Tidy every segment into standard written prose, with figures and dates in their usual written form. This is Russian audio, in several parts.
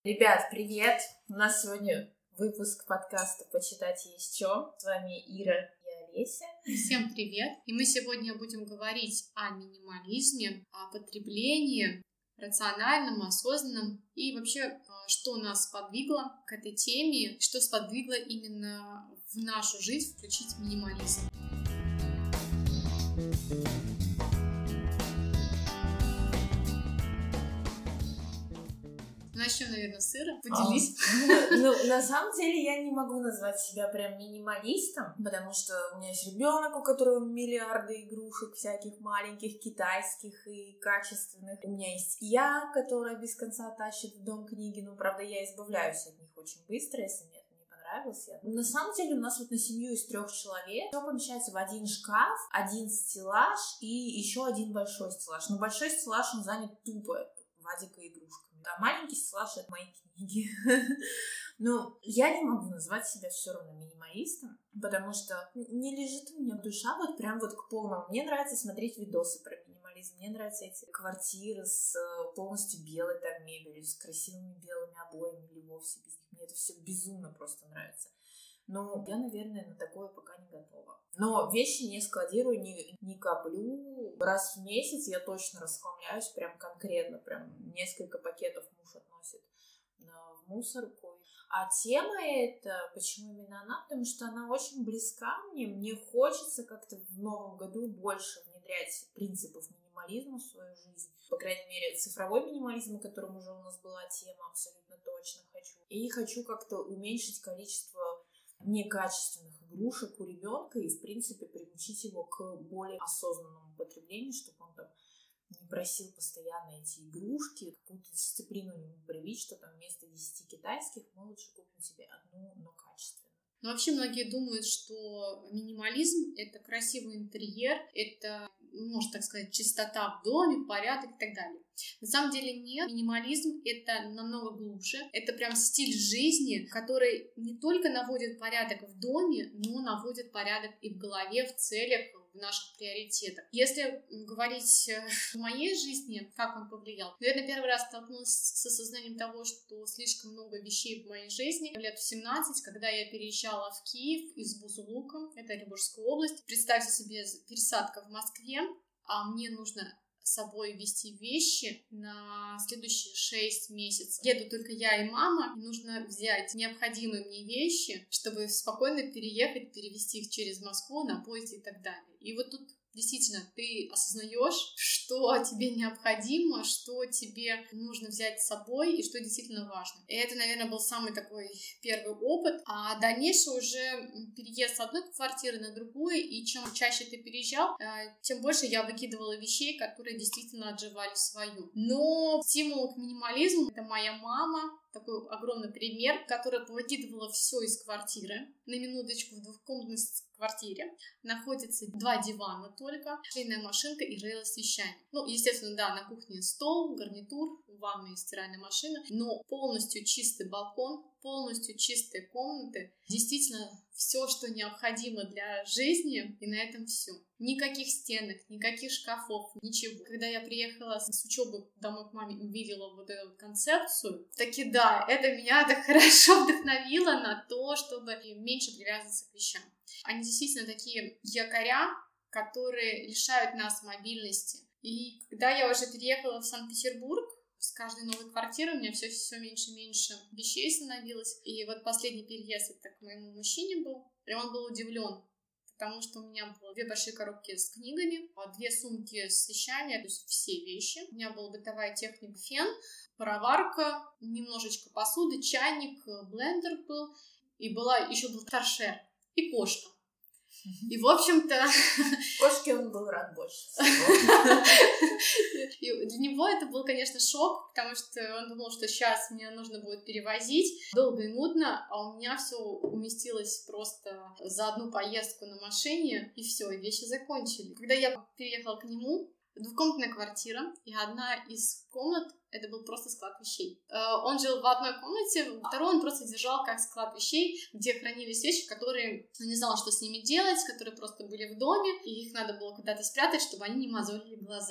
Ребят, привет! У нас сегодня выпуск подкаста «Почитать есть чё». С вами Ира и Олеся. Всем привет! И мы сегодня будем говорить о минимализме, о потреблении, рациональном, осознанном и вообще, что нас сподвигло к этой теме, что сподвигло именно в нашу жизнь включить минимализм. Начнем, наверное, с Иры. Поделись. На самом деле я не могу назвать себя прям минималистом, потому что у меня есть ребенок, у которого миллиарды игрушек всяких маленьких, китайских и качественных. У меня есть я, которая без конца тащит в дом книги, но, правда, я избавляюсь от них очень быстро, если мне это не понравилось. На самом деле у нас вот на семью из 3 человек все помещается в один шкаф, один стеллаж и еще один большой стеллаж. Но большой стеллаж, он занят тупо Вадика игрушками. Да, маленький стеллаж — это мои книги. Но я не могу назвать себя все равно минималистом, потому что не лежит у меня душа вот прям вот к полному. Мне нравится смотреть видосы про минимализм, мне нравятся эти квартиры с полностью белой там мебелью, с красивыми белыми обоями или вовсе без них. Мне это все безумно просто нравится. Но я, наверное, на такое пока не готова. Но вещи не складирую, не коплю. Раз в месяц я точно расхламляюсь, прям конкретно, прям несколько пакетов муж относит в мусорку. А тема эта, почему именно она? Потому что она очень близка мне. Мне хочется как-то в новом году больше внедрять принципов минимализма в свою жизнь. По крайней мере, цифровой минимализм, о котором уже у нас была тема, абсолютно точно хочу. И хочу как-то уменьшить количество некачественных игрушек у ребенка и, в принципе, приучить его к более осознанному потреблению, чтобы он там не просил постоянно эти игрушки, какую-то дисциплину ему привить, что там вместо 10 китайских мы лучше купим себе одну, но качественную. Но вообще многие думают, что минимализм — это красивый интерьер, это, можно так сказать, чистота в доме, порядок и так далее. На самом деле нет, минимализм — это намного глубже, это прям стиль жизни, который не только наводит порядок в доме, но наводит порядок и в голове, в целях, в наших приоритетах. Если говорить о моей жизни, как он повлиял, наверное, первый раз столкнулась с осознанием того, что слишком много вещей в моей жизни. Лет в 17, когда я переезжала в Киев из Бузулука, это Оренбургская область. Представьте себе, пересадка в Москве, а мне нужно с собой везти вещи на следующие 6 месяцев. Еду только я и мама, и нужно взять необходимые мне вещи, чтобы спокойно переехать, перевезти их через Москву на поезде и так далее. И вот тут действительно ты осознаешь, что тебе необходимо, что тебе нужно взять с собой и что действительно важно. И это, наверное, был самый такой первый опыт. А дальнейший уже переезд с одной квартиры на другую, и чем чаще ты переезжал, тем больше я выкидывала вещей, которые действительно отживали свою. Но стимул к минимализму — это моя мама, такой огромный пример, которая повыкидывала все из квартиры. На минуточку, в двухкомнатной квартире находится 2 дивана только, швейная машинка и рейлосвещание. Ну, естественно, да, на кухне стол, гарнитур, ванная и стиральная машина, но полностью чистый балкон, полностью чистые комнаты. Действительно, все, что необходимо для жизни, и на этом все. Никаких стенок, никаких шкафов, ничего. Когда я приехала с учебы домой к маме, увидела вот эту концепцию, таки да, это меня так хорошо вдохновило на то, чтобы меньше привязываться к вещам. Они действительно такие якоря, которые лишают нас мобильности. И когда я уже переехала в Санкт-Петербург, с каждой новой квартирой у меня все меньше и меньше вещей становилось. И вот последний переезд это к моему мужчине был, и он был удивлен, потому что у меня было 2 большие коробки с книгами, 2 сумки с вещами, то есть все вещи. У меня была бытовая техника, фен, пароварка, немножечко посуды, чайник, блендер был, и еще был торшер и кошка. И, в общем-то... Кошке он был рад больше И для него это был, конечно, шок, потому что он думал, что сейчас мне нужно будет перевозить долго и нудно, а у меня все уместилось просто за одну поездку на машине, и все, и вещи закончили. Когда я переехала к нему, 2-комнатная квартира, и одна из комнат это был просто склад вещей. Он жил в одной комнате, второй он просто держал как склад вещей, где хранились вещи, которые он не знал, что с ними делать, которые просто были в доме, и их надо было куда-то спрятать, чтобы они не мозолили глаза.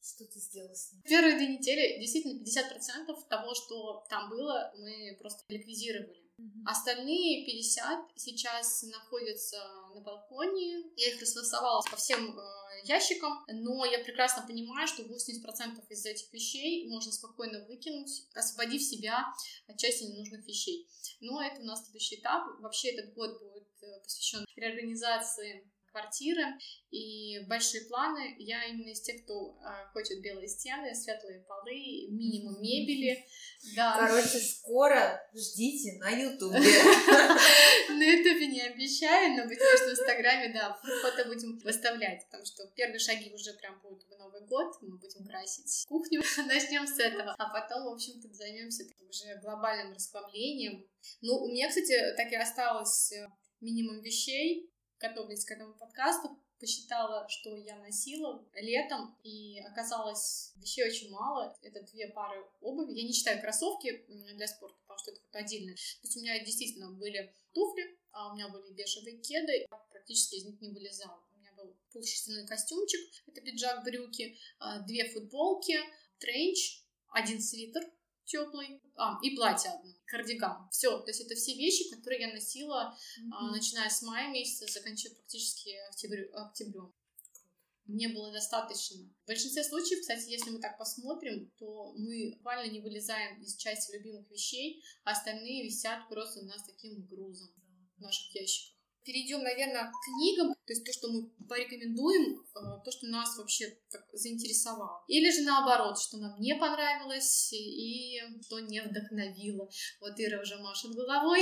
Что ты сделала с ним? Первые 2 недели действительно 50% того, что там было, мы просто ликвидировали. Остальные 50 сейчас находятся на балконе. Я их расфасовала по всем ящикам, но я прекрасно понимаю, что 80% из этих вещей можно спокойно выкинуть, освободив себя от части ненужных вещей. Но это у нас следующий этап. Вообще этот год будет посвящен реорганизации квартиры и большие планы. Я именно из тех, кто хочет белые стены, светлые полы, минимум мебели. Да. Короче, скоро ждите на Ютубе. На Ютубе не обещаю, но, быть может, в Инстаграме, да, фото будем выставлять, потому что первые шаги уже прям будут в Новый год, мы будем красить кухню, начнем с этого, а потом, в общем-то, займемся уже глобальным расхламлением. Ну, у меня, кстати, так и осталось минимум вещей. Готовясь к этому подкасту, посчитала, что я носила летом, и оказалось, вещей очень мало. Это 2 пары обуви. Я не считаю кроссовки для спорта, потому что это отдельно. То есть у меня действительно были туфли, а у меня были бежевые кеды, я практически из них не вылезала. У меня был полушерстяной костюмчик, это пиджак, брюки, 2 футболки, тренч, 1 свитер теплый, и платье одно, кардиган. Все, то есть это все вещи, которые я носила, начиная с мая месяца, заканчивая практически октябрем. Мне было достаточно. В большинстве случаев, кстати, если мы так посмотрим, то мы буквально не вылезаем из части любимых вещей, а остальные висят просто у нас таким грузом в наших ящиках. Перейдем, наверное, к книгам, то есть то, что мы порекомендуем, то, что нас вообще так заинтересовало. Или же наоборот, что нам не понравилось и что не вдохновило. Вот Ира уже машет головой.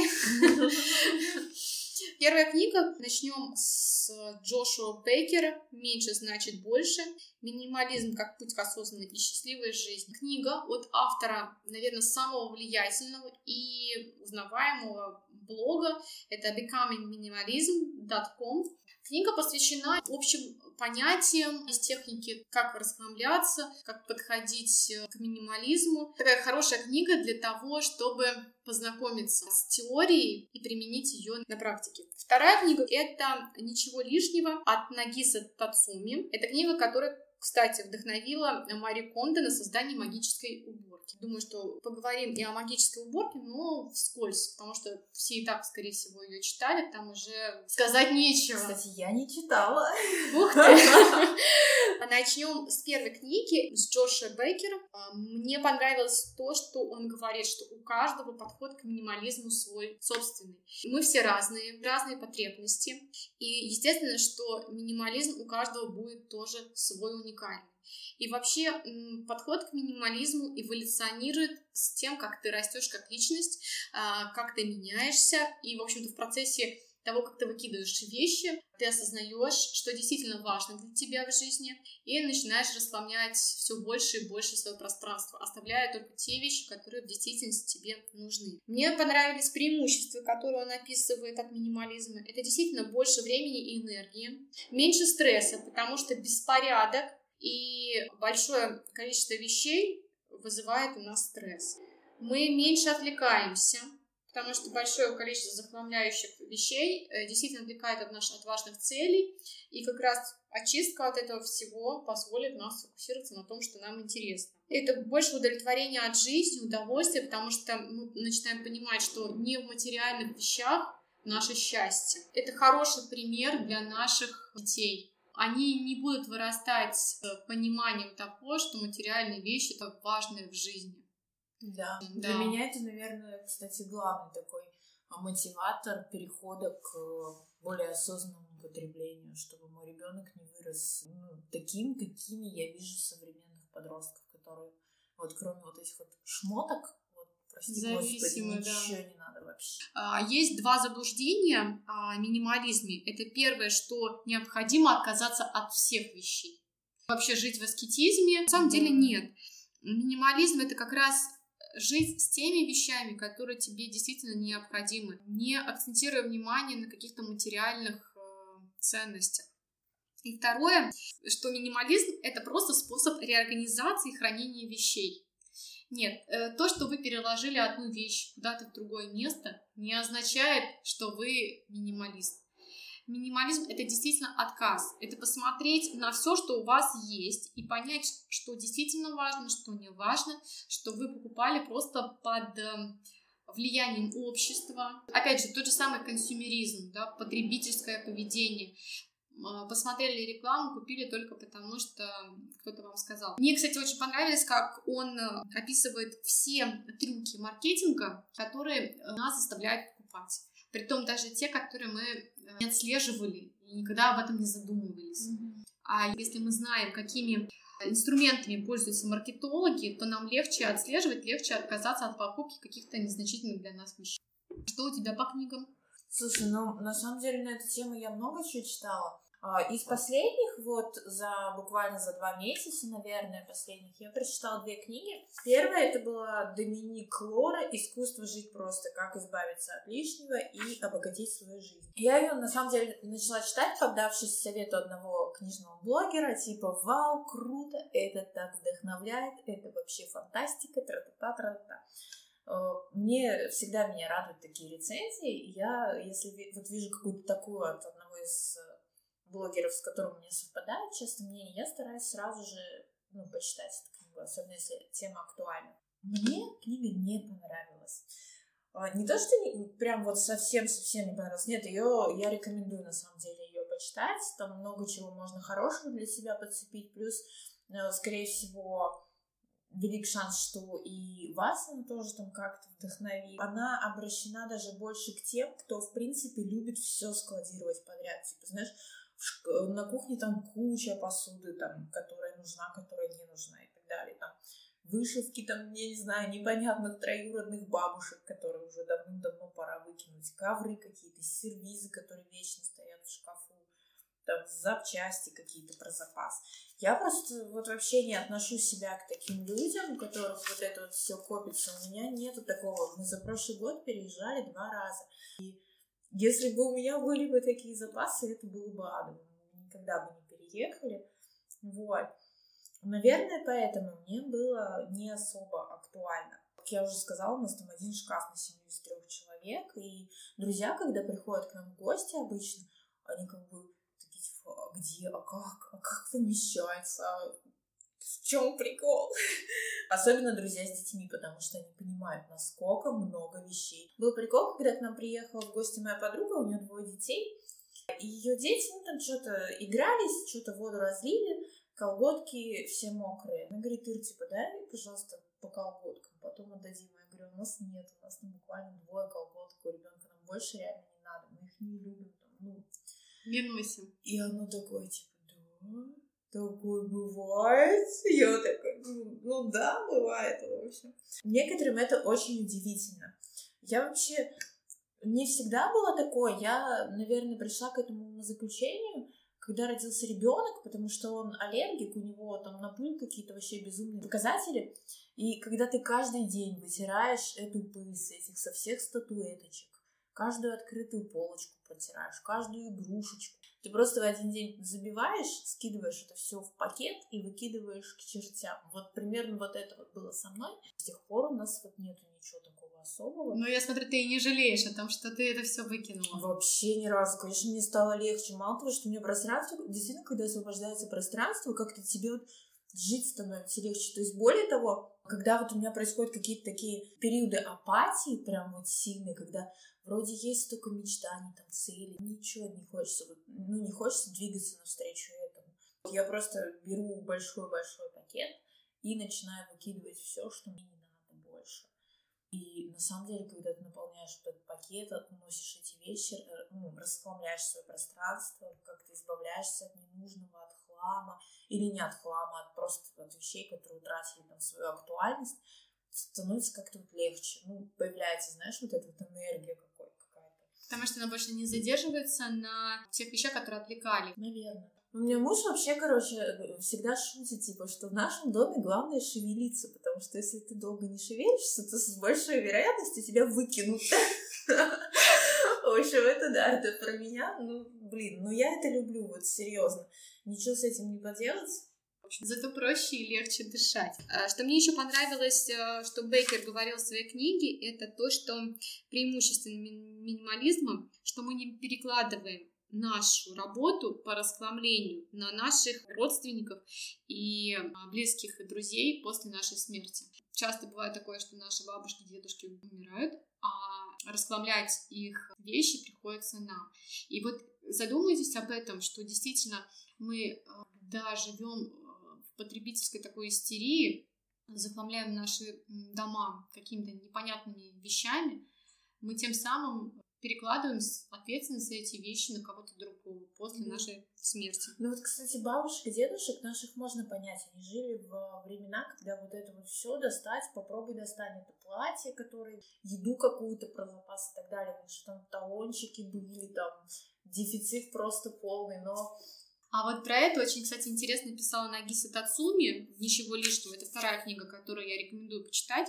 Первая книга. Начнем с Джошуа Бейкера «Меньше значит больше. Минимализм как путь к осознанной и счастливой жизни». Книга от автора, наверное, самого влиятельного и узнаваемого блога. Это becomingminimalism.com. Книга посвящена общим понятиям из техники, как расхламляться, как подходить к минимализму. Такая хорошая книга для того, чтобы познакомиться с теорией и применить ее на практике. Вторая книга — это «Ничего лишнего» от Нагиса Тацуми. Это книга, которая, кстати, вдохновила Мари Кондо на создание магической уборки. Думаю, что поговорим и о магической уборке, но вскользь, потому что все и так, скорее всего, ее читали, там уже сказать нечего. Кстати, я не читала. Ух ты! Начнем с первой книги, с Джоша Бейкера. Мне понравилось то, что он говорит, что у каждого подход к минимализму свой собственный. Мы все разные потребности. И естественно, что минимализм у каждого будет тоже свой уникальный. И вообще подход к минимализму эволюционирует с тем, как ты растешь как личность, как ты меняешься. И, в общем-то, в процессе того, как ты выкидываешь вещи, ты осознаешь, что действительно важно для тебя в жизни, и начинаешь расхламлять все больше и больше свое пространство, оставляя только те вещи, которые в действительности тебе нужны. Мне понравились преимущества, которые он описывает от минимализма. Это действительно больше времени и энергии, меньше стресса, потому что беспорядок и большое количество вещей вызывает у нас стресс. Мы меньше отвлекаемся, потому что большое количество захламляющих вещей действительно отвлекает от важных целей, и как раз очистка от этого всего позволит нам сфокусироваться на том, что нам интересно. Это больше удовлетворение от жизни, удовольствие, потому что мы начинаем понимать, что не в материальных вещах наше счастье. Это хороший пример для наших детей. Они не будут вырастать с пониманием того, что материальные вещи — это важное в жизни. Да. Для меня это, наверное, кстати, главный такой мотиватор перехода к более осознанному потреблению, чтобы мой ребенок не вырос таким, какими я вижу современных подростков, которые вот кроме вот этих вот шмоток, прости господи, ничего не надо вообще. Есть 2 заблуждения о минимализме. Это первое, что необходимо отказаться от всех вещей. Вообще жить в аскетизме на самом деле нет. Минимализм — это как раз жить с теми вещами, которые тебе действительно необходимы, не акцентируя внимание на каких-то материальных ценностях. И второе, что минимализм — это просто способ реорганизации и хранения вещей. Нет, то, что вы переложили одну вещь куда-то в другое место, не означает, что вы минималист. Минимализм — это действительно отказ. Это посмотреть на все, что у вас есть, и понять, что действительно важно, что не важно, что вы покупали просто под влиянием общества. Опять же, тот же самый консюмеризм, да, потребительское поведение. Посмотрели рекламу, купили только потому, что кто-то вам сказал. Мне, кстати, очень понравилось, как он описывает все трюки маркетинга, которые нас заставляют покупать. Притом даже те, которые мы не отслеживали и никогда об этом не задумывались. А если мы знаем, какими инструментами пользуются маркетологи, то нам легче отслеживать, легче отказаться от покупки каких-то незначительных для нас вещей. Что у тебя по книгам? Слушай, ну, на самом деле, на эту тему я много чего читала. Из последних, буквально за 2 месяца, наверное, последних, я прочитала 2 книги. Первая, это была Доминик Лора «Искусство жить просто. Как избавиться от лишнего и обогатить свою жизнь». Я ее, на самом деле, начала читать, поддавшись совету одного книжного блогера, типа «Вау, круто, это так вдохновляет, это вообще фантастика, тра-та-та-та-та». Мне всегда меня радуют такие рецензии, и я, если вижу какую-то такую от одного из блогеров, с которым у меня совпадает часто мнение, я стараюсь сразу же почитать эту книгу, особенно если тема актуальна. Мне книга не понравилась. Не то, что прям совсем не понравилось. Нет, я рекомендую на самом деле ее почитать. Там много чего можно хорошего для себя подцепить. Плюс, скорее всего, велик шанс, что и вас она тоже там как-то вдохновит. Она обращена даже больше к тем, кто, в принципе, любит все складировать подряд. Типа, знаешь, на кухне там куча посуды, там, которая нужна, которая не нужна и так далее. Там вышивки, там, я не знаю, непонятных троюродных бабушек, которые уже давным-давно пора выкинуть. Ковры какие-то, сервизы, которые вечно стоят в шкафу. Там запчасти какие-то про запас. Я просто вообще не отношу себя к таким людям, у которых это все копится. У меня нету такого. Мы за прошлый год переезжали 2 раза. И если бы у меня были бы такие запасы, это было бы адом. Мы никогда бы не переехали. Наверное, поэтому мне было не особо актуально. Как я уже сказала, у нас там 1 шкаф на семью из 3 человек. И друзья, когда приходят к нам в гости обычно, они как бы такие, типа, а где, как помещается, в чем прикол? Особенно друзья с детьми, потому что они понимают, насколько много вещей. Был прикол, когда к нам приехала в гости моя подруга, у нее 2 детей, и ее дети, там что-то игрались, что-то воду разлили, колготки все мокрые. Она говорит: Ир, типа, дай мне, пожалуйста, по колготкам, потом отдадим. Я говорю: у нас нет, у нас там буквально 2 колготок у ребенка, нам больше реально не надо, мы их не любим. Не носим. И она такая, типа, да, такое бывает. Я такая, да, бывает, в общем. Некоторым это очень удивительно. Я вообще не всегда была такой. Я, наверное, пришла к этому заключению, когда родился ребенок, потому что он аллергик, у него там на пыль какие-то вообще безумные показатели. И когда ты каждый день вытираешь эту пыль с этих со всех статуэточек, каждую открытую полочку протираешь, каждую игрушечку. Ты просто в один день забиваешь, скидываешь это все в пакет и выкидываешь к чертям. Примерно это было со мной. С тех пор у нас нету ничего такого особого. Но я смотрю, ты и не жалеешь о том, что ты это все выкинула. Вообще ни разу. Конечно, мне стало легче. Мало того, что у меня пространство, действительно, когда освобождается пространство, как-то тебе жить становится легче. То есть, более того, когда у меня происходят какие-то такие периоды апатии, прям сильные, когда вроде есть только мечтаний, там, цели, ничего не хочется, не хочется двигаться навстречу этому. Я просто беру большой-большой пакет и начинаю выкидывать все, что мне не надо больше. И на самом деле, когда ты наполняешь этот пакет, относишь эти вещи, расхламляешь свое пространство, как-то избавляешься от ненужного, от хлама, или не от хлама, а просто от вещей, которые утратили там свою актуальность, становится как-то легче. Появляется, знаешь, эта энергия какая-то. Потому что она больше не задерживается на тех вещах, которые отвлекали. Наверное. У меня муж вообще, всегда шутит, типа, что в нашем доме главное шевелиться, потому что если ты долго не шевелишься, то с большой вероятностью тебя выкинут. В общем, это про меня. Я это люблю, серьезно. Ничего с этим не поделать. Зато проще и легче дышать. Что мне еще понравилось, что Бейкер говорил в своей книге, это то, что преимущество минимализма, что мы не перекладываем нашу работу по расхламлению на наших родственников и близких и друзей после нашей смерти. Часто бывает такое, что наши бабушки, дедушки умирают, а расхламлять их вещи приходится нам. И вот задумайтесь об этом, что действительно мы, когда живем в потребительской такой истерии, захламляем наши дома какими-то непонятными вещами, мы тем самым перекладываем ответственность за эти вещи на кого-то другого после нашей смерти. Ну вот, кстати, бабушек и дедушек наших можно понять. Они жили в времена, когда вот это вот все достать, попробуй достань это платье, которое, еду какую-то про запас и так далее, потому что там талончики были, там дефицит просто полный, но... А вот про это очень, кстати, интересно писала Нагиса Тацуми «Ничего лишнего». Это вторая книга, которую я рекомендую почитать.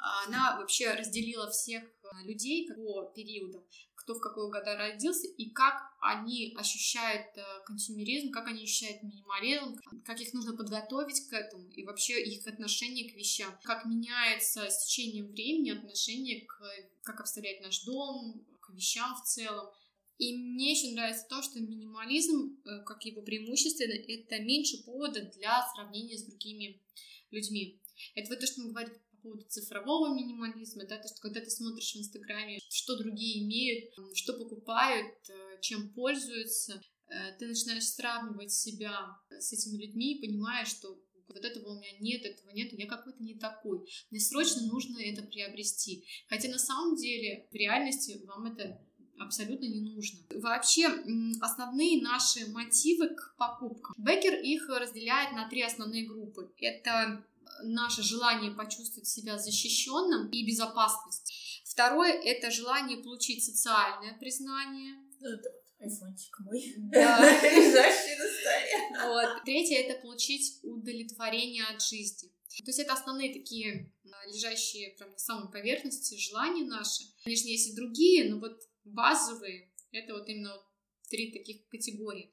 Она вообще разделила всех людей по периодам, кто в какой года родился, и как они ощущают консюмеризм, как они ощущают минимализм, как их нужно подготовить к этому, и вообще их отношение к вещам, как меняется с течением времени отношение к, как обставлять наш дом, к вещам в целом. И мне еще нравится то, что минимализм, как его преимущество, это меньше повода для сравнения с другими людьми. Это вот то, что мы говорим по поводу цифрового минимализма, да, то, что когда ты смотришь в Инстаграме, что другие имеют, что покупают, чем пользуются, ты начинаешь сравнивать себя с этими людьми и понимаешь, что вот этого у меня нет, этого нет, я какой-то не такой. Мне срочно нужно это приобрести. Хотя на самом деле в реальности вам это абсолютно не нужно. Вообще, основные наши мотивы к покупкам. Беккер их разделяет на 3 основные группы. Это наше желание почувствовать себя защищенным и безопасность. Второе — это желание получить социальное признание. Это вот айфончик мой. Да. Лежащий на столе. Вот. Третье — это получить удовлетворение от жизни. То есть это основные такие лежащие прям на самой поверхности желания наши. Конечно, есть и другие, но вот базовые — это вот именно вот 3 таких категории.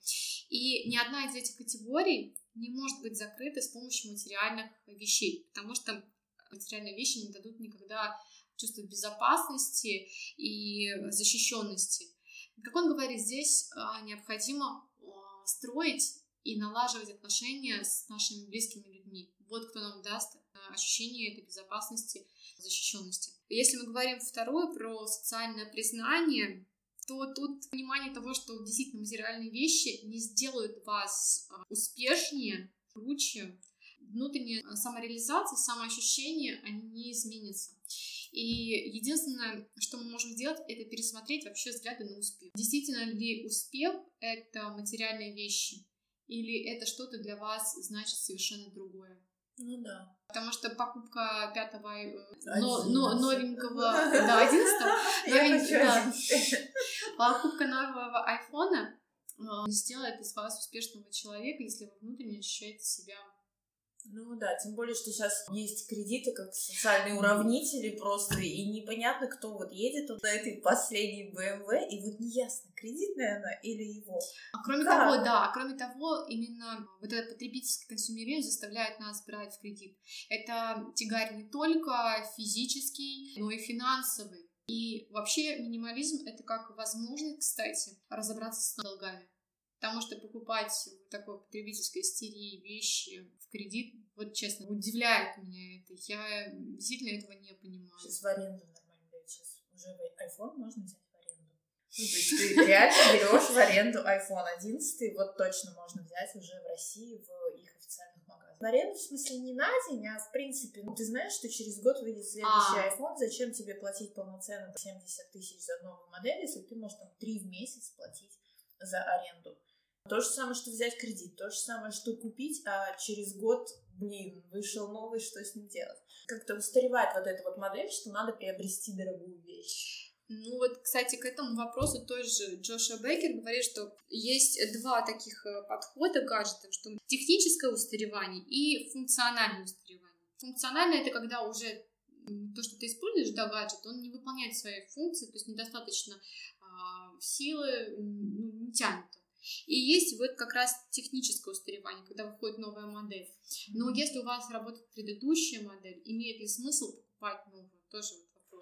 И ни одна из этих категорий не может быть закрыта с помощью материальных вещей, потому что материальные вещи не дадут никогда чувство безопасности и защищенности. Как он говорит, здесь необходимо строить и налаживать отношения с нашими близкими людьми. Вот кто нам даст ощущение этой безопасности, защищенности. Если мы говорим второе про социальное признание, то тут понимание того, что действительно материальные вещи не сделают вас успешнее, круче. Внутренняя самореализация, самоощущение, они не изменятся. И единственное, что мы можем сделать, это пересмотреть вообще взгляды на успех. Действительно ли успех — это материальные вещи? Или это что-то для вас значит совершенно другое? Ну да. Потому что покупка 5-го новенького, да, 11-го, покупка нового айфона сделает из вас успешного человека, если вы внутренне ощущаете себя. Ну да, тем более, что сейчас есть кредиты как социальные уравнители просто, и непонятно, кто вот едет вот на этой последней BMW, и вот неясно, кредитная она или его. Кроме того, именно вот этот потребительский консюмеризм заставляет нас брать в кредит. Это тягар не только физический, но и финансовый. И вообще минимализм — это как возможность, кстати, разобраться с долгами. Потому что покупать в такой потребительской истерии вещи в кредит, вот честно, удивляет меня это. Я действительно этого не понимаю. Сейчас в аренду нормально дают. Сейчас уже iPhone можно взять в аренду. Ну, то есть ты реально берешь в аренду iPhone 11, вот точно можно взять уже в России в их официальных магазинах. В аренду, в смысле, не на день, а в принципе, ну ты знаешь, что через год выйдет следующий iPhone, зачем тебе платить полноценно 70 тысяч за новую модель, если ты можешь там 3 в месяц платить за аренду. То же самое, что взять кредит, то же самое, что купить, а через год, вышел новый, что с ним делать? Как-то устаревает вот эта вот модель, что надо приобрести дорогую вещь. Ну вот, кстати, к этому вопросу тоже Джошуа Беккер говорит, что есть 2 таких подхода к гаджетам, что техническое устаревание и функциональное устаревание. Функциональное — это когда уже то, что ты используешь, гаджет, он не выполняет свои функции, то есть недостаточно силы, не тянет. И есть вот как раз техническое устаревание, когда выходит новая модель. Но если у вас работает предыдущая модель, имеет ли смысл покупать новую? Тоже вот вопрос.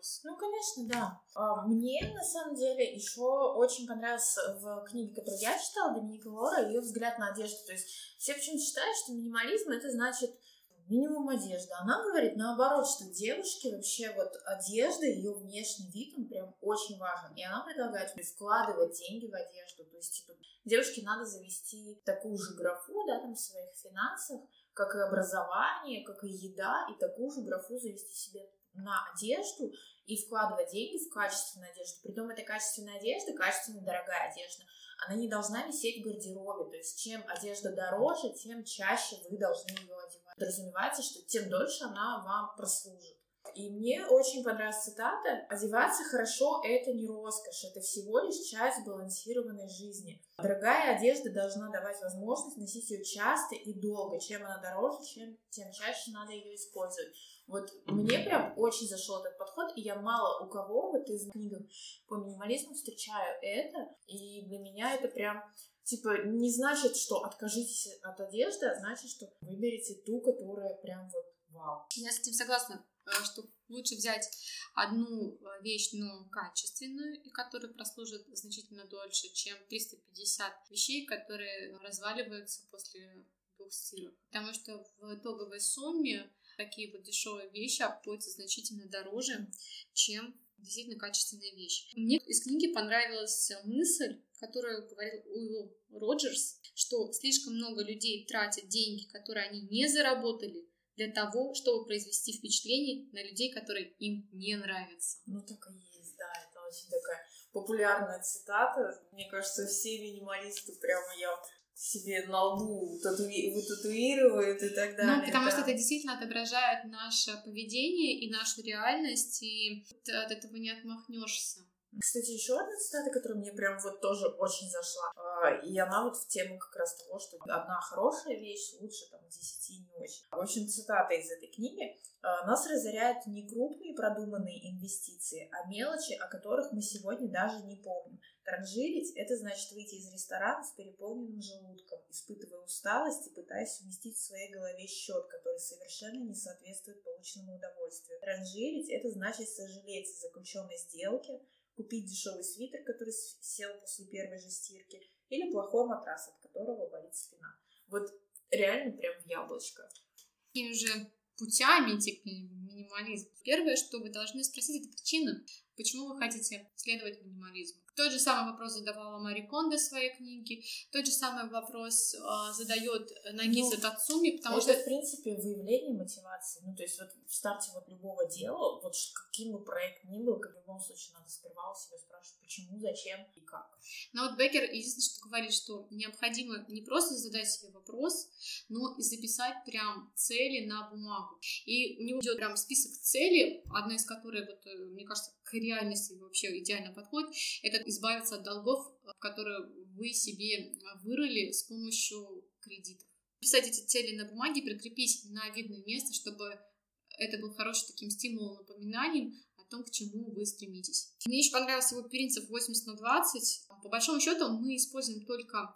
вопрос. Ну, конечно, да. Мне, на самом деле, еще очень понравилось в книге, которую я читала, Доминика Лора, ее взгляд на одежду. То есть все почему-то считают, что минимализм — это значит минимум одежды. Она говорит наоборот, что девушке вообще вот одежда, ее внешний вид, он прям очень важен. И она предлагает вкладывать деньги в одежду. То есть, типа, девушке надо завести такую же графу, да, там, в своих финансах, как и образование, как и еда, и такую же графу завести себе на одежду и вкладывать деньги в качественную одежду. Притом эта качественная одежда, качественная дорогая одежда, она не должна висеть в гардеробе. То есть чем одежда дороже, тем чаще вы должны ее одевать. Подразумевается, что тем дольше она вам прослужит. И мне очень понравилась цитата: «Одеваться хорошо — это не роскошь, это всего лишь часть сбалансированной жизни. Дорогая одежда должна давать возможность носить ее часто и долго. Чем она дороже, тем чаще надо ее использовать». Вот мне прям очень зашел этот подход, и я мало у кого вот из книг по минимализму встречаю это, и для меня это прям типа не значит, что откажитесь от одежды, а значит, что выберите ту, которая прям вот вау. Я с этим согласна, что лучше взять одну вещь, но качественную, и которая прослужит значительно дольше, чем 350 вещей, которые разваливаются после 2 стирок. Потому что в итоговой сумме такие вот дешевые вещи обходятся значительно дороже, чем действительно качественная вещь. Мне из книги понравилась мысль, которую говорил Уилл Роджерс, что слишком много людей тратят деньги, которые они не заработали, для того, чтобы произвести впечатление на людей, которые им не нравятся. Ну, так и есть, да, это очень такая популярная цитата. Мне кажется, все минималисты прямо я себе на лбу вытатуируют и так далее. Ну, потому что это действительно отображает наше поведение и нашу реальность, и от этого не отмахнешься. Кстати, еще одна цитата, которая мне прям вот тоже очень зашла, и она вот в тему как раз того, что одна хорошая вещь лучше там 10 не очень. В общем, цитата из этой книги: «Нас разоряют не крупные продуманные инвестиции, а мелочи, о которых мы сегодня даже не помним. Транжирить — это значит выйти из ресторана с переполненным желудком, испытывая усталость и пытаясь уместить в своей голове счет, который совершенно не соответствует полученному удовольствию. Транжирить — это значит сожалеть о заключенной сделке, купить дешевый свитер, который сел после первой же стирки, или плохой матрас, от которого болит спина». Вот реально прям в яблочко. Такими же путями идти к минимализму. Первое, что вы должны спросить, это причина, почему вы хотите следовать минимализму. Тот же самый вопрос задавала Мари Кондо в своей книге, тот же самый вопрос задает Нагиза Тацуми, потому что это, в принципе, выявление мотивации. Ну, то есть вот в старте вот любого дела, вот каким бы проект ни был, в любом случае надо сперва у себя спрашивать, почему, зачем и как. Но вот Беккер единственное, что говорит, что необходимо не просто задать себе вопрос, но и записать прям цели на бумагу. И у него идет прям список целей, одна из которых, вот, мне кажется, к реальности вообще идеально подходит, это избавиться от долгов, которые вы себе вырыли с помощью кредитов. Писать эти цели на бумаге, прикрепить на видное место, чтобы это был хорошим таким стимулом, напоминанием о том, к чему вы стремитесь. Мне еще понравился его принцип 80/20. По большому счету мы используем только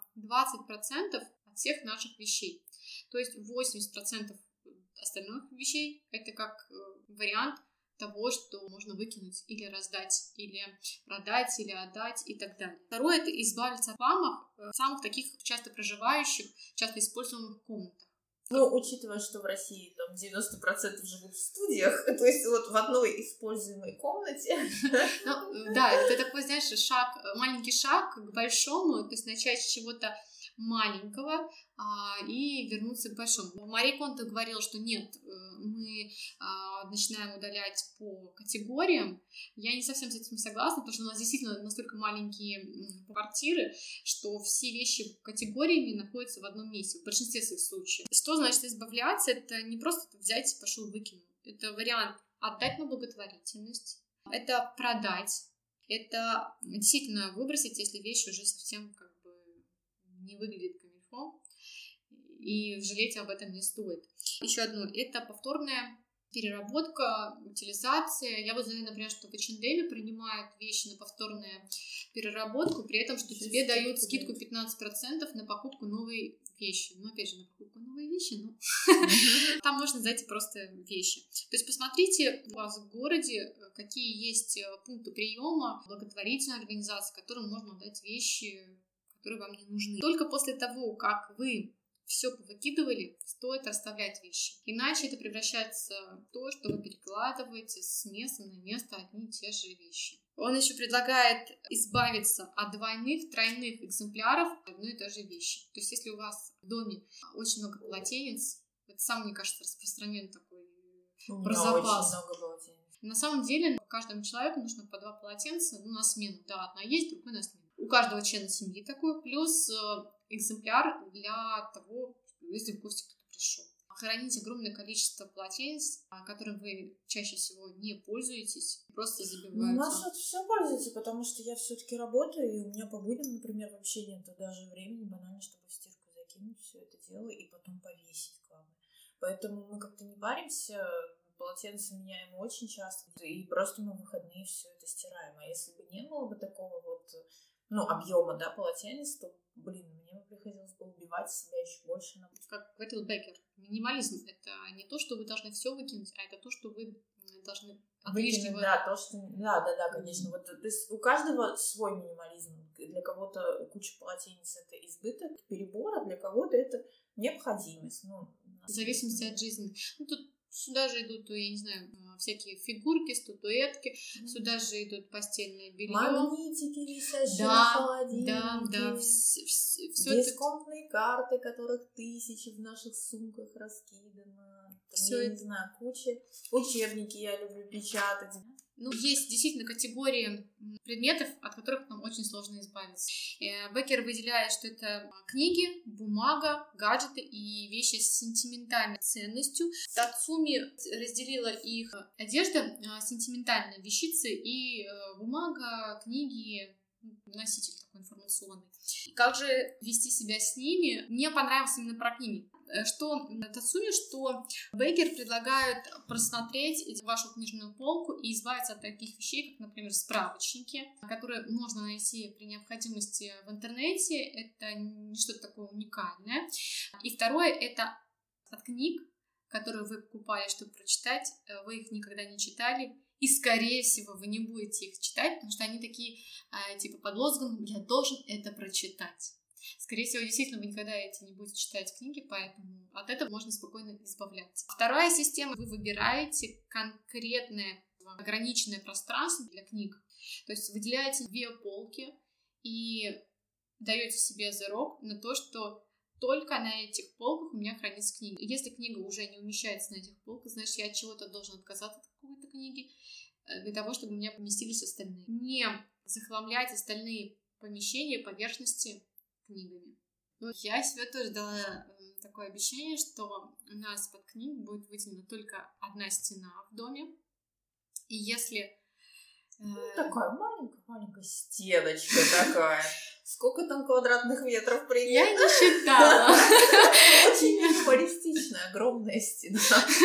20% от всех наших вещей. То есть 80% остальных вещей — это как вариант того, что можно выкинуть или раздать, или продать, или отдать и так далее. Второе — это избавиться от хлама в самых таких часто проживающих, часто используемых комнатах. Ну, учитывая, что в России там 90% живут в студиях, то есть вот в одной используемой комнате. Ну, да, это такой, знаешь, маленький шаг к большому, то есть начать с чего-то маленького и вернуться к большому. Мари Кондо говорила, что нет, мы начинаем удалять по категориям. Я не совсем с этим согласна, потому что у нас действительно настолько маленькие квартиры, что все вещи категориями находятся в одном месте, в большинстве своих случаев. Что значит избавляться? Это не просто взять и пошел выкинуть. Это вариант отдать на благотворительность, это продать, это действительно выбросить, если вещь уже совсем не выглядит камильфо, и жалеть об этом не стоит. Еще одно — это повторное переработка, утилизация. Я вот знаю, например, что в H&M принимают вещи на повторную переработку, при этом, что тебе дают скидку 15% на покупку новой вещи. Ну, опять же, на покупку новой вещи, но там можно зайти просто вещи. То есть посмотрите у вас в городе, какие есть пункты приема благотворительной организации, которым можно отдать вещи, которые вам не нужны. Только после того, как вы все повыкидывали, стоит расставлять вещи. Иначе это превращается в то, что вы перекладываете с места на место одни и те же вещи. Он еще предлагает избавиться от двойных, тройных экземпляров одной и той же вещи. То есть, если у вас в доме очень много полотенец, это самый, мне кажется, распространенный такой про запас. Очень много полотенец. На самом деле, каждому человеку нужно по 2 полотенца, на смену. Да, одна есть, другой на смену. У каждого члена семьи такой, плюс экземпляр для того, если в гости кто-то пришел. Хранить огромное количество полотенец, которым вы чаще всего не пользуетесь, просто забиваются. У нас вот все пользуется, потому что я все-таки работаю, и у меня по будням, например, вообще нет даже времени банально, чтобы в стирку закинуть все это дело и потом повесить, главное. Поэтому мы как-то не паримся, полотенца меняем очень часто, и просто мы в выходные все это стираем. А если бы не было бы такого вот, объема, да, полотенец, то, мне бы приходилось бы убивать себя еще больше. Как говорил Беккер, минимализм — это не то, что вы должны все выкинуть, а это то, что вы должны выкинуть. Да, конечно. Вот, то есть у каждого свой минимализм. Для кого-то куча полотенец — это избыток, перебор, а для кого-то это необходимость. В зависимости от жизни. Тут сюда же идут, я не знаю, всякие фигурки, статуэтки, сюда же идут постельное белье. Магнитики висящие на холодильнике. Да. Дисконтные карты, которых тысячи в наших сумках раскидано. Я не знаю, куча. Учебники я люблю печатать. Есть действительно категории предметов, от которых нам очень сложно избавиться. Беккер выделяет, что это книги, бумага, гаджеты и вещи с сентиментальной ценностью. Тацуми разделила их: одежда, сентиментальные вещицы и бумага, книги, носитель такой информационный. Как же вести себя с ними? Мне понравилось именно про книги. Что Тацуми, что Беккер предлагают просмотреть вашу книжную полку и избавиться от таких вещей, как, например, справочники, которые можно найти при необходимости в интернете. Это не что-то такое уникальное. И второе — это от книг, которые вы покупали, чтобы прочитать, вы их никогда не читали, и, скорее всего, вы не будете их читать, потому что они такие, типа, под лозунгом «я должен это прочитать». Скорее всего, действительно, вы никогда не будете читать книги, поэтому от этого можно спокойно избавляться. Вторая система: вы выбираете конкретное ограниченное пространство для книг. То есть выделяете 2 полки и даете себе зарок на то, что только на этих полках у меня хранится книга. Если книга уже не умещается на этих полках, значит, я от чего-то должен отказаться от какой-то книги для того, чтобы у меня поместились остальные. Не захламлять остальные помещения, поверхности книгами. Я себе тоже дала такое обещание, что у нас под книг будет выделена только одна стена в доме. И если... такая маленькая стеночка такая. Сколько там квадратных метров примерно? Я не считала. Очень минималистичная, огромная стена.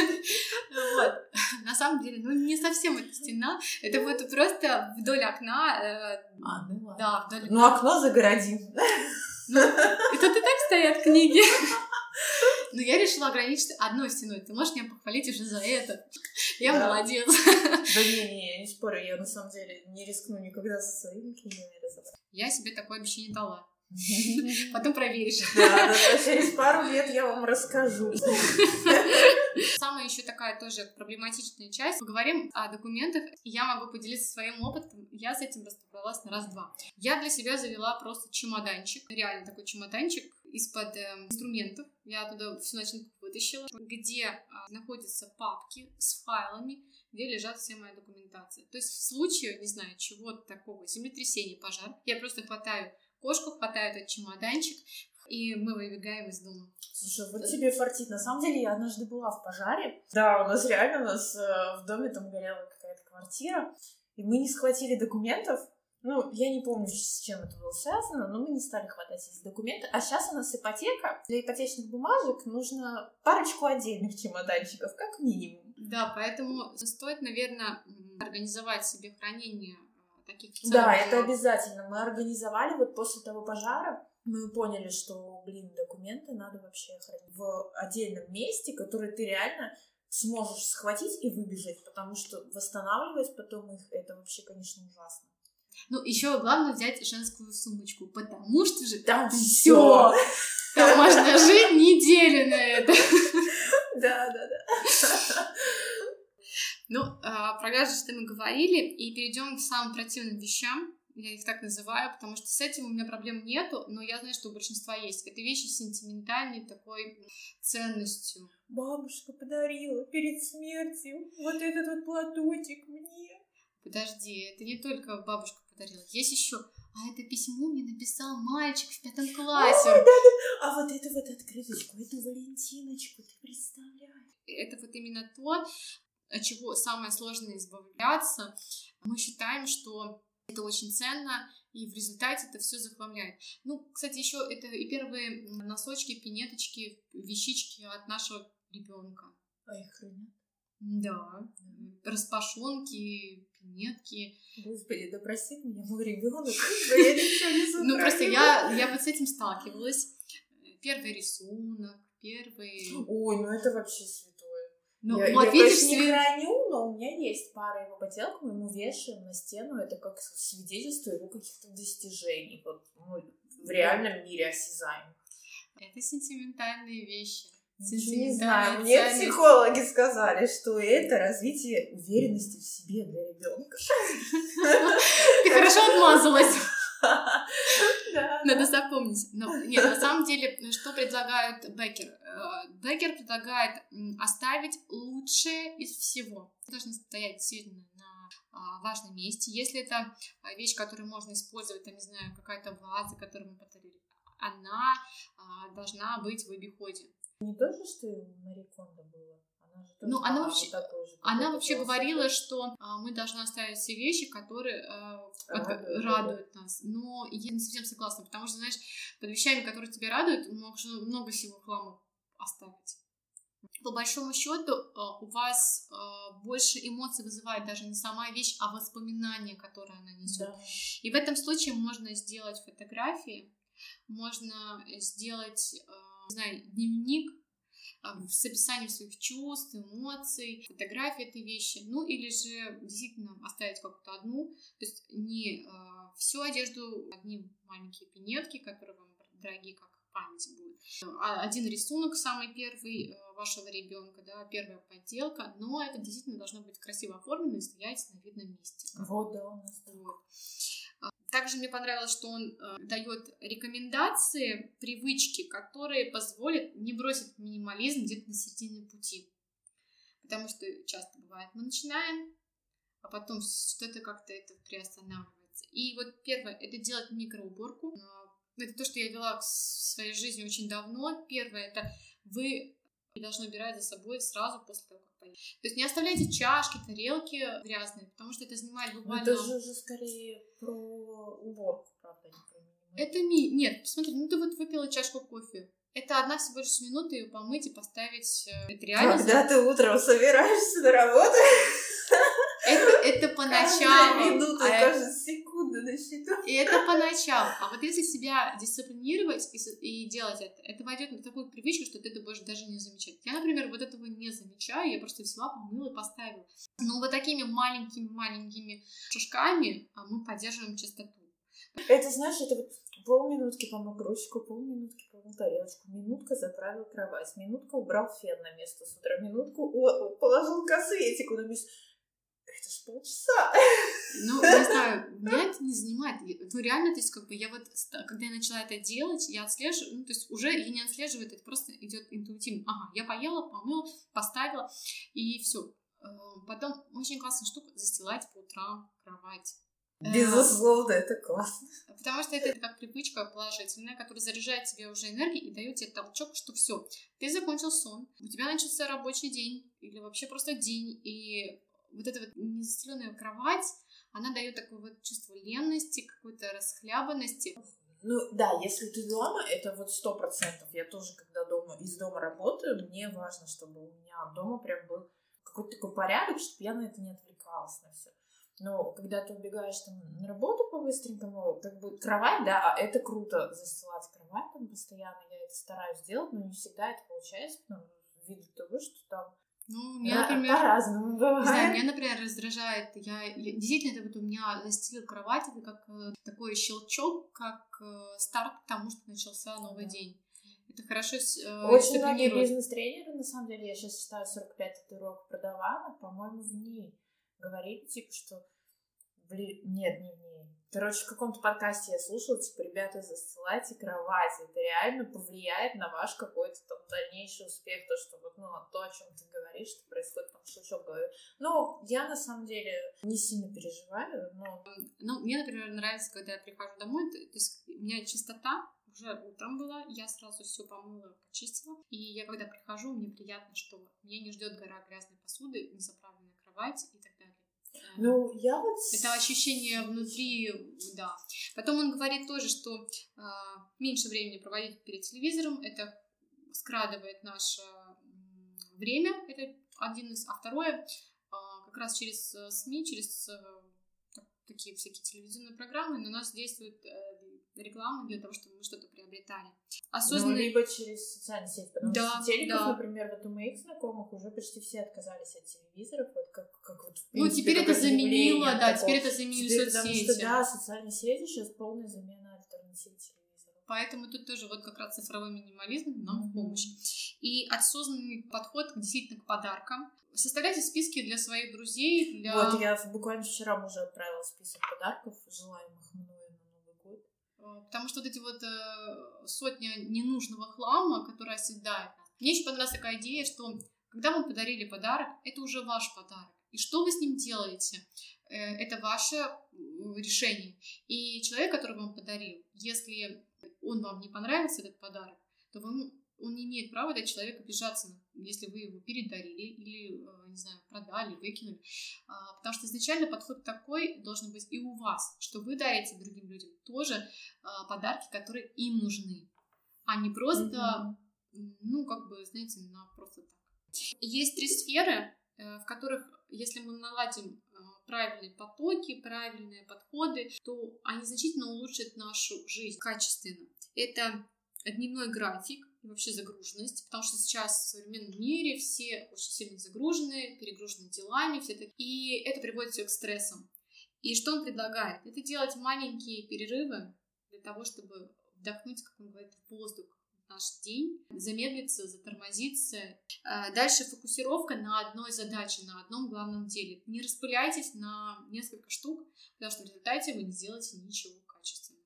На самом деле, не совсем эта стена. Это будет просто вдоль окна. Ладно. Да, вдоль окна. Окно загородим. И тут и так стоят книги. Но я решила ограничиться одной стеной. Ты можешь меня похвалить уже за это? Я молодец. Да я не спорю. Я на самом деле не рискну никогда со своими книгами разобраться. Я себе такое обещание дала. Потом проверишь. Да, через пару лет я вам расскажу. Самая еще такая тоже проблематичная часть. Поговорим о документах. Я могу поделиться своим опытом. Я с этим разобралась на раз-два. Я для себя завела просто чемоданчик. Реально такой чемоданчик из-под инструментов. Я туда всю начинку вытащила, где находятся папки с файлами, где лежат вся моя документация. То есть в случае, не знаю, чего-то такого, землетрясения, пожар, я просто хватаю кошку, хватаю этот чемоданчик, и мы выбегаем из дома. Слушай, вот тебе фартит. На самом деле, я однажды была в пожаре. Да, у нас в доме там горела какая-то квартира, и мы не схватили документов. Я не помню, с чем это было связано, но мы не стали хватать эти документы. А сейчас у нас ипотека. Для ипотечных бумажек нужно парочку отдельных чемоданчиков, как минимум. Да, поэтому стоит, наверное, организовать себе хранение таких ценных. Да, это обязательно. Мы организовали вот после того пожара, мы поняли, что, документы надо вообще хранить в отдельном месте, которое ты реально сможешь схватить и выбежать, потому что восстанавливать потом их, это вообще, конечно, ужасно. Ну, еще главное взять женскую сумочку, потому что же там все. Там можно жить неделю на это. Да. Ну, про гаджеты мы говорили, и перейдем к самым противным вещам. Я их так называю, потому что с этим у меня проблем нету, но я знаю, что у большинства есть. Это вещи с сентиментальной такой ценностью. Бабушка подарила перед смертью вот этот вот платочек мне. Подожди, это не только бабушка подарила. Есть еще. А это письмо мне написал мальчик в 5 классе. Да. А вот эту вот открыточку, эту Валентиночку, ты представляешь? Это вот именно то, от чего самое сложное избавляться. Мы считаем, что это очень ценно, и в результате это все захламляет. Ну, кстати, еще это и первые носочки, пинеточки, вещички от нашего ребенка. А их хранят? Да. Распашонки, пинетки. Господи, да простит меня мой ребенок, я ничего не сохранила. Ну, просто я вот с этим сталкивалась. Первый рисунок, первый... Ой, ну это вообще святое. Ну, я, вот, видишь, конечно, не храню, но у меня есть пара его поделок, мы ему вешаем на стену, это как свидетельство его каких-то достижений, вот, в реальном мире осязаемых. Это сентиментальные вещи. Не знаю, мне психологи сказали, что это развитие уверенности в себе для ребенка. Ты хорошо отмазалась. Надо запомнить. Но нет, на самом деле, что предлагает Беккер? Беккер предлагает оставить лучшее из всего. Должно стоять действительно на важном месте. Если это вещь, которую можно использовать, там, не знаю, какая-то ваза, которую мы подарили, она должна быть в обиходе. Не то же, что и у Мари Кондо было. Она вообще говорила, что мы должны оставить все вещи, которые радуют нас. Но я не совсем согласна, потому что, знаешь, под вещами, которые тебя радуют, можно много всего хлама оставить. По большому счету, у вас больше эмоций вызывает даже не сама вещь, а воспоминания, которые она несет. Да. И в этом случае можно сделать фотографии, можно сделать, не знаю, дневник с описанием своих чувств, эмоций, фотографии этой вещи, ну или же действительно оставить какую-то одну, то есть не всю одежду, одни маленькие пинетки, которые вам дорогие, как память будет, один рисунок, самый первый вашего ребенка, да, первая подделка, но это действительно должно быть красиво оформлено и стоять на видном месте. Вот, да, у нас вот. Также мне понравилось, что он дает рекомендации, привычки, которые позволят не бросить минимализм где-то на середине пути. Потому что часто бывает, мы начинаем, а потом что-то как-то это приостанавливается. И вот первое, это делать микроуборку. Это то, что я вела в своей жизни очень давно. Первое, это вы должны убирать за собой сразу после того, как поедете. То есть не оставляйте чашки, тарелки грязные, потому что это занимает буквально... Это же уже скорее про уборку, правда, не про минимализм. Это Нет, смотри, ну ты вот выпила чашку кофе. Это одна всего лишь минута ее помыть и поставить... Это реально... Когда ты утром собираешься на работу... Это поначалу. Каждая минута, каждая секунда на счету. И это поначалу. А вот если себя дисциплинировать и делать это войдет в такую привычку, что ты это будешь даже не замечать. Я, например, вот этого не замечаю, я просто взяла, помыла и поставила. Но вот такими маленькими шажками мы поддерживаем чистоту. Это, знаешь, это вот полминутки помыл ручку, полминутки помыл тарелочку, минутка заправил кровать, минутка убрал фен на место с утра, минутку положил косметику на место. Это ж полчаса. Ну, не знаю, меня это не занимает. Ну, реально, то есть, как бы, я вот, когда я начала это делать, я отслеживаю, ну, то есть, уже я не отслеживаю, это просто идет интуитивно. Ага, я поела, помыла, поставила, и все. Потом очень классная штука застилать по утрам кровать. Безусловно, это классно. Потому что это как привычка положительная, которая заряжает тебе уже энергией и дает тебе толчок, что все, ты закончил сон, у тебя начался рабочий день или вообще просто день, и вот эта вот незастеленная кровать, она дает такое вот чувство ленности, какой-то расхлябанности. Ну да, если ты дома, это вот 100%. Я тоже, когда из дома работаю, мне важно, чтобы у меня дома прям был какой-то такой порядок, чтобы я на это не отвлекалась на все. Но когда ты убегаешь там на работу по-быстренькому, как бы кровать, да, это круто, застилать кровать там постоянно, я это стараюсь делать, но не всегда это получается, потому ввиду того, что там меня, например, по-разному бывает. Не знаю, меня, например, раздражает, я действительно, это вот у меня застелил кровать, это как такой щелчок, как старт к тому, что начался новый день. Это хорошо очень многие бизнес-тренеры, на самом деле, я сейчас читаю 45 татуировок продавана, по-моему, в ней говорит, типа, что нет, не в ней. Короче, в каком-то подкасте я слушала, типа, ребята, застилайте кровать, это реально повлияет на ваш какой-то там дальнейший успех, то, что вот, то, о чем ты говоришь, что происходит там щелчок в голове. Я на самом деле не сильно переживаю, но... мне, например, нравится, когда я прихожу домой, то есть у меня чистота уже утром была, я сразу все помыла, почистила, и я когда прихожу, мне приятно, что меня не ждет гора грязной посуды, незаправленная кровать и так далее. Я вот... Это ощущение внутри, да. Потом он говорит тоже, что меньше времени проводить перед телевизором, это скрадывает наше время, это один из... А второе, как раз через СМИ, через такие всякие телевизионные программы на нас действует реклама для того, чтобы мы что-то приобретали. Либо через социальные сети, потому что телеков, например, вот у моих знакомых уже почти все отказались от телевизоров, вот как вот в принципе, теперь это заменило, теперь это заменили соцсети. Потому что, да, социальные сети сейчас полная замена альтернативы телевизора. Поэтому тут тоже вот как раз цифровой минимализм нам в помощь. И осознанный подход действительно к подаркам. Составляйте списки для своих друзей. Вот, я буквально вчера уже отправила список подарков, желаемых мною на Новый год. Потому что вот эти вот сотни ненужного хлама, который оседает нас. Мне еще понравилась такая идея, что когда вам подарили подарок, это уже ваш подарок. И что вы с ним делаете, это ваше решение. И человек, который вам подарил, если он вам не понравился, этот подарок, то он не имеет права, этот человек, обижаться, если вы его передарили или, не знаю, продали, выкинули. Потому что изначально подход такой должен быть и у вас, что вы дарите другим людям тоже подарки, которые им нужны, а не просто, знаете, на просто так. Есть 3 сферы, в которых, если мы наладим правильные потоки, правильные подходы, то они значительно улучшат нашу жизнь качественно. Это дневной график и вообще загруженность, потому что сейчас в современном мире все очень сильно загружены, перегружены делами, и это приводит все к стрессам. И что он предлагает? Это делать маленькие перерывы для того, чтобы вдохнуть, как он говорит, воздух в наш день, замедлиться, затормозиться. Дальше фокусировка на одной задаче, на одном главном деле. Не распыляйтесь на несколько штук, потому что в результате вы не сделаете ничего качественного.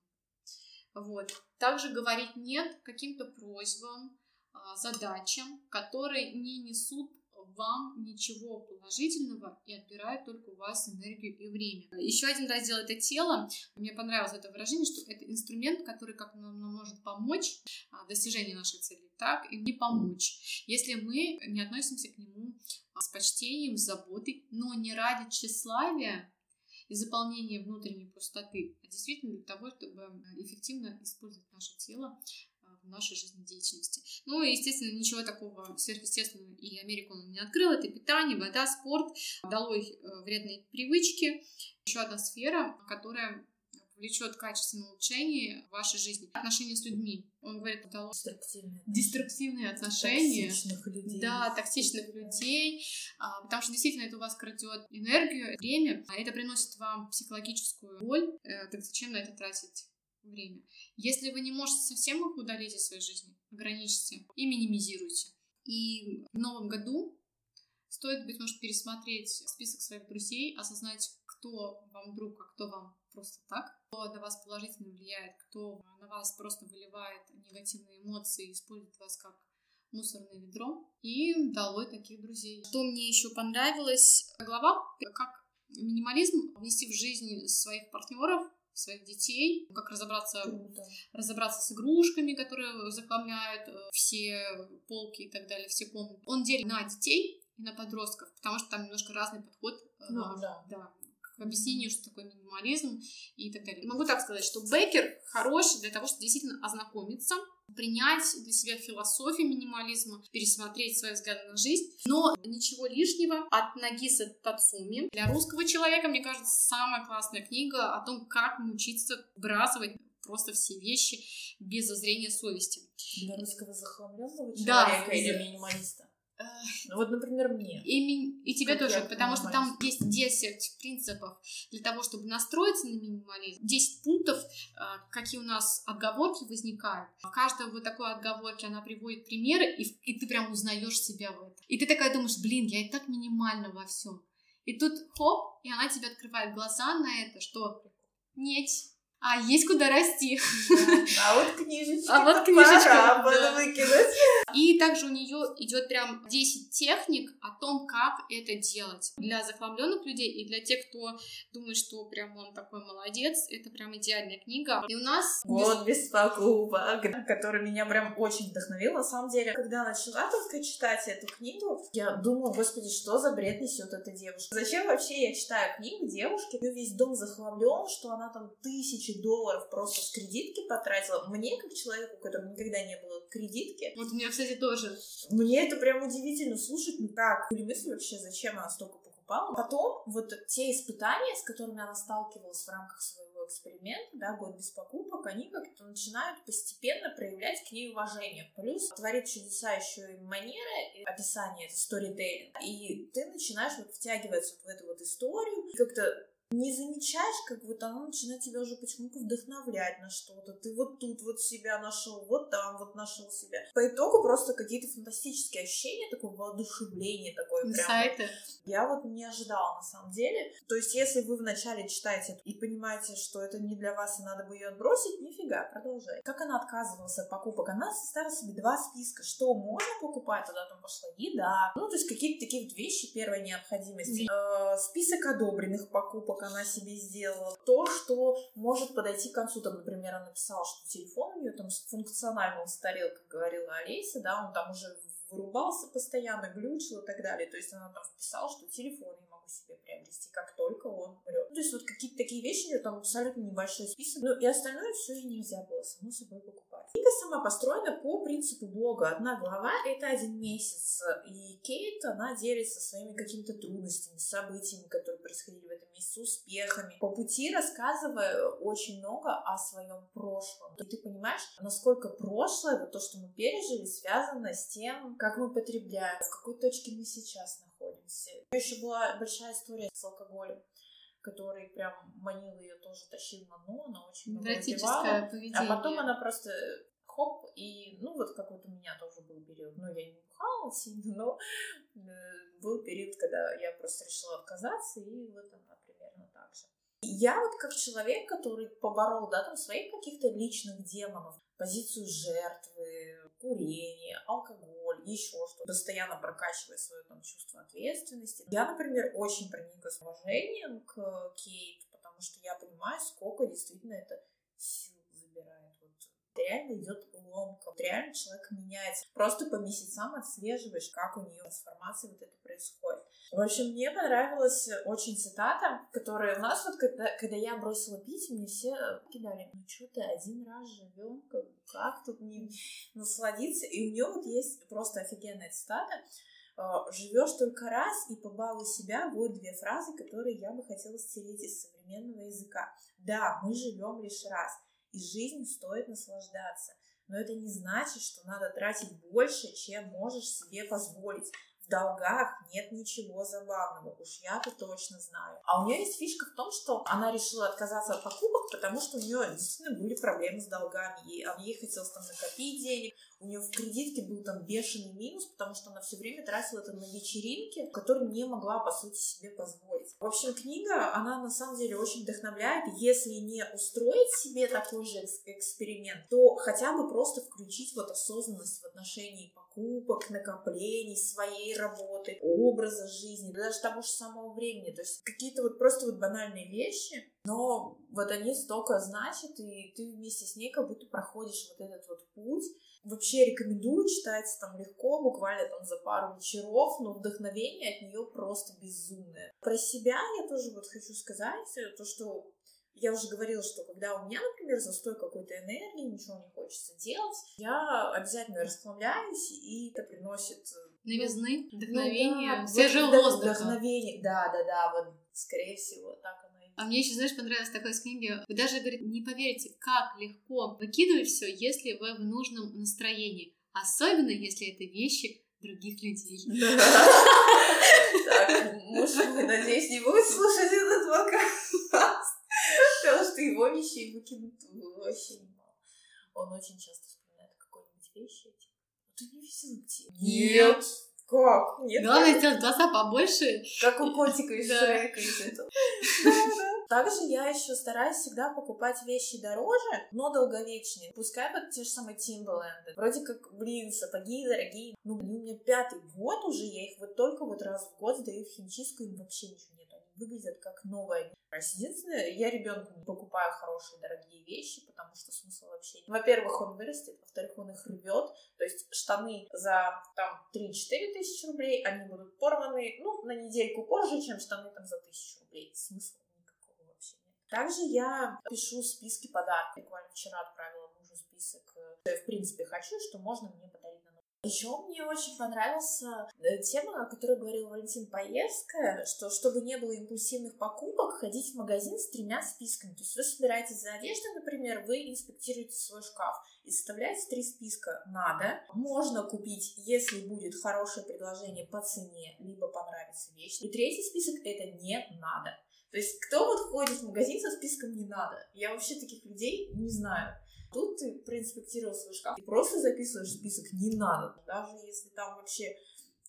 Вот. Также говорить «нет» каким-то просьбам, задачам, которые не несут вам ничего положительного и отбирают только у вас энергию и время. Еще один раздел — это тело. Мне понравилось это выражение, что это инструмент, который как нам может помочь в достижении нашей цели, так и не помочь, если мы не относимся к нему с почтением, с заботой, но не ради тщеславия и заполнения внутренней пустоты, а действительно для того, чтобы эффективно использовать наше тело в нашей жизнедеятельности. И, естественно, ничего такого сверхъестественного и Америку он не открыл. Это питание, вода, спорт, долой вредные привычки. Еще одна сфера, которая влечет качественное улучшение вашей жизни. Отношения с людьми. Он говорит, деструктивные отношения. Токсичных людей. Да, токсичных людей. Потому что действительно это у вас крадет энергию, время, а это приносит вам психологическую боль. Так зачем на это тратить время? Если вы не можете совсем их удалить из своей жизни, ограничьте и минимизируйте. И в новом году стоит, быть может, пересмотреть список своих друзей, осознать, кто вам друг, а кто вам просто так, кто на вас положительно влияет, кто на вас просто выливает негативные эмоции, использует вас как мусорное ведро, и долой таких друзей. Что мне еще понравилось? Глава, как минимализм внести в жизнь своих партнеров, своих детей, как разобраться с игрушками, которые захламляют все полки и так далее, все комнаты. Он делит на детей и на подростков, потому что там немножко разный подход к к объяснению, что такое минимализм и так далее. Могу так сказать, что Беккер хороший для того, чтобы действительно ознакомиться, принять для себя философию минимализма, пересмотреть свои взгляды на жизнь, но ничего лишнего от Нагиса Тацуми. Для русского человека, мне кажется, самая классная книга о том, как научиться выбрасывать просто все вещи без зазрения совести. Для русского захламленного человека или минималиста? Ну вот, например, мне. И тебе тоже, потому что там есть 10 принципов для того, чтобы настроиться на минимализм. 10 пунктов, какие у нас отговорки возникают. Каждая вот такой отговорки, она приводит примеры, и ты прям узнаешь себя в этом. И ты такая думаешь, блин, я и так минимальна во всем. И тут хоп, и она тебе открывает глаза на это, что нет. А есть куда расти. Да. А вот книжечка пора выкинуть. И также у нее идет прям 10 техник о том, как это делать. Для захламленных людей и для тех, кто думает, что прям он такой молодец, это прям идеальная книга. И у нас... Год без покупок, который меня прям очень вдохновил. На самом деле, когда начала только читать эту книгу, я думала, господи, что за бред несет эта девушка? Зачем вообще я читаю книгу девушки? У нее весь дом захламлен, что она там $1000 просто с кредитки потратила. Мне, как человеку, у которого никогда не было кредитки... Вот у меня, кстати, тоже. Мне это прям удивительно слушать. Ну как? Были мысли вообще, зачем она столько покупала? Потом вот те испытания, с которыми она сталкивалась в рамках своего эксперимента, да, год без покупок, они как-то начинают постепенно проявлять к ней уважение. Плюс творит чудеса еще и манеры, и описание, это сторителлинг. И ты начинаешь вот втягиваться в эту вот историю, и как-то не замечаешь, как вот она начинает тебя уже почему-то вдохновлять на что-то. Ты вот тут вот себя нашел, вот там вот нашел себя. По итогу просто какие-то фантастические ощущения, такое воодушевление такое прям. Инсайты. Я вот не ожидала на самом деле. То есть, если вы вначале читаете и понимаете, что это не для вас и надо бы ее отбросить, нифига, продолжай. Как она отказывалась от покупок? Она составила себе 2 списка, что можно покупать, туда там пошла еда. Ну, то есть, какие-то такие вот вещи первой необходимости. Список одобренных покупок она себе сделала. То, что может подойти к концу. Там, например, она написала, что телефон у нее там функционально устарел, как говорила Олеся, да, он там уже вырубался постоянно, глючил и так далее. То есть она там вписала, что телефон я могу себе приобрести, как только он умрет. Ну, то есть вот какие-то такие вещи, там абсолютно небольшой список. Ну и остальное все и нельзя было само собой покупать. Книга сама построена по принципу блога. Одна глава — это 1 месяц. И Кейт, она делится своими какими-то трудностями, событиями, которые происходили в этом месяце, успехами. По пути рассказывая очень много о своем прошлом. И ты понимаешь, насколько прошлое, вот то, что мы пережили, связано с тем, как мы потребляем, в какой точке мы сейчас находимся. Еще была большая история с алкоголем, который прям манил ее, тоже тащил на дно, она очень много выпивала. А потом она просто хоп, и, ну, вот как вот у меня тоже был период, ну, я не бухала сильно, но был период, когда я просто решила отказаться, и вот она примерно так же. Я вот как человек, который поборол, да, там, своих каких-то личных демонов, позицию жертвы, курение, алкоголь, еще что-то, постоянно прокачивая свое там чувство ответственности. Я, например, очень прониклась уважением к Кейт, потому что я понимаю, сколько действительно это сил забирает. Вот реально идет ломка, реально человек меняется. Просто по месяцам отслеживаешь, как у нее трансформация вот это происходит. В общем, мне понравилась очень цитата, которая у нас вот, когда я бросила пить, мне все кидали: ну что ты, 1 раз живем, как тут не насладиться? И у нее вот есть просто офигенная цитата: живешь только раз, и побалуй себя. Вот 2 фразы, которые я бы хотела стереть из современного языка. Да, мы живем лишь раз, и жизнью стоит наслаждаться. Но это не значит, что надо тратить больше, чем можешь себе позволить. В долгах нет ничего забавного, уж я-то точно знаю. А у нее есть фишка в том, что она решила отказаться от покупок, потому что у нее действительно были проблемы с долгами. Ей хотелось там накопить денег, у нее в кредитке был там бешеный минус, потому что она все время тратила это на вечеринки, которые не могла, по сути, себе позволить. В общем, книга, она на самом деле очень вдохновляет. Если не устроить себе такой же эксперимент, то хотя бы просто включить вот осознанность в отношении покупок, накоплений, своей работы, образа жизни, даже того же самого времени. То есть какие-то вот просто вот банальные вещи, но вот они столько значат, и ты вместе с ней как будто проходишь вот этот вот путь. вообще рекомендую, читается там легко, буквально там за пару вечеров, но вдохновение от нее просто безумное. Про себя я тоже вот хочу сказать, то, что я уже говорила, что когда у меня, например, застой какой-то энергии, ничего не хочется делать, я обязательно расслабляюсь, и это приносит... новизны, вдохновение, да, свежего вот, воздуха. Вдохновение, да, вот, скорее всего, так оно и есть. А мне еще, знаешь, понравилось такое из книги. Вы даже, говорит, не поверите, как легко выкидывать все, если вы в нужном настроении. Особенно, если это вещи других людей. Так, муж мой, надеюсь, не будет слушать этот подкаст, потому что его вещей выкинут вообще немало. Он очень часто вспоминает какой-нибудь вещи. Ты не видела где? Нет. Как? Нет. Главное сделать глаза побольше. Как у котика из Шрека из этого. Также я еще стараюсь всегда покупать вещи дороже, но долговечнее. Пускай вот те же самые Timberland. Вроде как, сапоги дорогие. Ну, они у меня 5-й год уже, я их вот только вот раз в год сдаю в химчистку, им вообще ничего нет. Они выглядят как новые. Единственное, я ребенку не покупаю хорошие дорогие вещи, потому что смысла вообще нет. Во-первых, он вырастет, во-вторых, он их рвет. То есть штаны за там 3-4 тысячи рублей, они будут порваны, ну, на недельку позже, чем штаны там за 1000 рублей. Смысла никакого вообще нет. Также я пишу списки подарков. Буквально вчера отправила мужу список, что я в принципе хочу, что можно мне подарить на Новый год. Еще мне очень понравилась тема, о которой говорила Валентина Паевская, что чтобы не было импульсивных покупок, ходить в магазин с 3 списками. То есть вы собираетесь за одеждой, например, вы инспектируете свой шкаф и составляете 3 списка. Надо. Можно купить, если будет хорошее предложение по цене, либо понравится вещь. И 3-й список — это не надо. То есть кто вот ходит в магазин со списком «не надо»? Я вообще таких людей не знаю. Тут ты проинспектировал свой шкаф и просто записываешь список «не надо». Даже если там вообще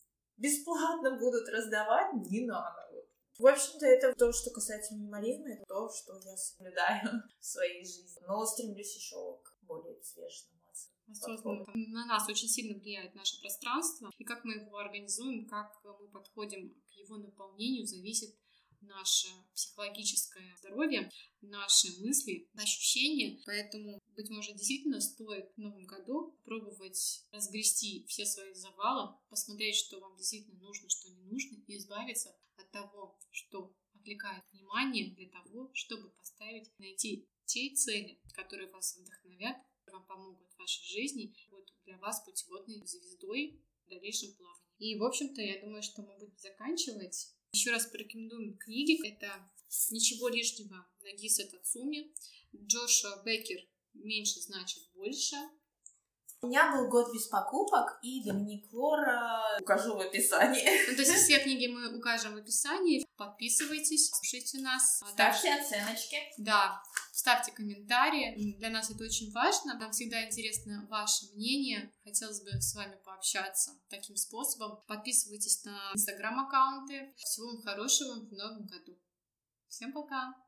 бесплатно будут раздавать, не надо. В общем-то, это то, что касается минимализма, это то, что я соблюдаю в своей жизни. Но стремлюсь еще к более взвешенному. Осознанно. На нас очень сильно влияет наше пространство, и как мы его организуем, как мы подходим к его наполнению, зависит наше психологическое здоровье, наши мысли, ощущения. Поэтому, быть может, действительно стоит в новом году пробовать разгрести все свои завалы, посмотреть, что вам действительно нужно, что не нужно, и избавиться от того, что отвлекает внимание, для того, чтобы найти те цели, которые вас вдохновят, вам помогут в вашей жизни, будут для вас путеводной звездой в дальнейшем плавании. И, в общем-то, я думаю, что мы будем заканчивать. Еще раз порекомендуем книги. Это «Ничего лишнего» Нагиса Тацуми, Джошуа Беккер «Меньше значит больше». У меня был «Год без покупок» и Доминик Лора укажу в описании. То есть все книги мы укажем в описании. Подписывайтесь, слушайте нас. Ставьте оценочки. Да, ставьте комментарии. Для нас это очень важно. Нам всегда интересно ваше мнение. Хотелось бы с вами пообщаться таким способом. Подписывайтесь на инстаграм-аккаунты. Всего вам хорошего в новом году. Всем пока!